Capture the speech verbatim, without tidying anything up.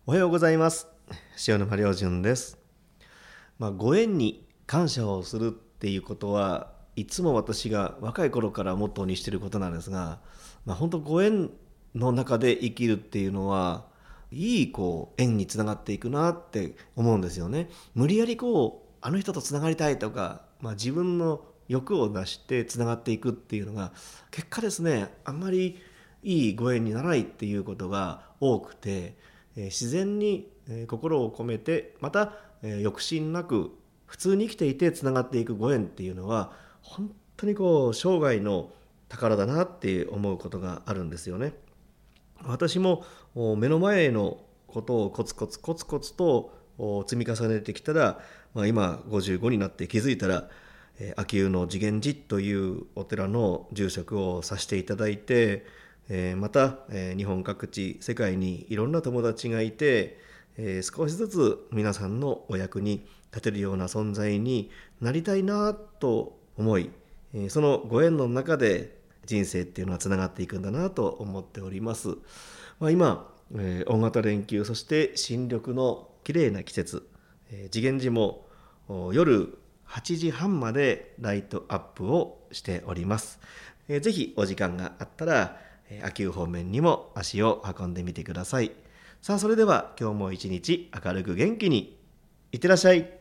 おはようございます。塩沼良純です。まあ、ご縁に感謝をするっていうことはいつも私が若い頃からモットーにしていることなんですが、まあ、本当ご縁の中で生きるっていうのはいいこう縁につながっていくなって思うんですよね。無理やりこうあの人とつながりたいとか、まあ、自分の欲を出してつながっていくっていうのが結果ですね、あんまりいいご縁にならないっていうことが多くて、えー自然にえー心を込めて、また、えー抑心なく普通に生きていてつながっていくご縁っていうのは本当にこう生涯の宝だなって思うことがあるんですよね。私もお目の前のことをコツコツコツコツとお積み重ねてきたら、まあ、今ごじゅうごになって気づいたら、えー秋保の次元寺というお寺の住職をさせていただいて、えーまた、えー日本各地世界にいろんな友達がいて、えー少しずつ皆さんのお役に立てるような存在になりたいなと思い、えーそのご縁の中で人生っていうのはつながっていくんだなと思っております。まあ、今、えー大型連休、そして新緑の綺麗な季節、えー次元寺もお夜はちじはんまでライトアップをしております。えーぜひお時間があったら、えー秋保方面にも足を運んでみてください。さあ、それでは今日も一日明るく元気にいってらっしゃい。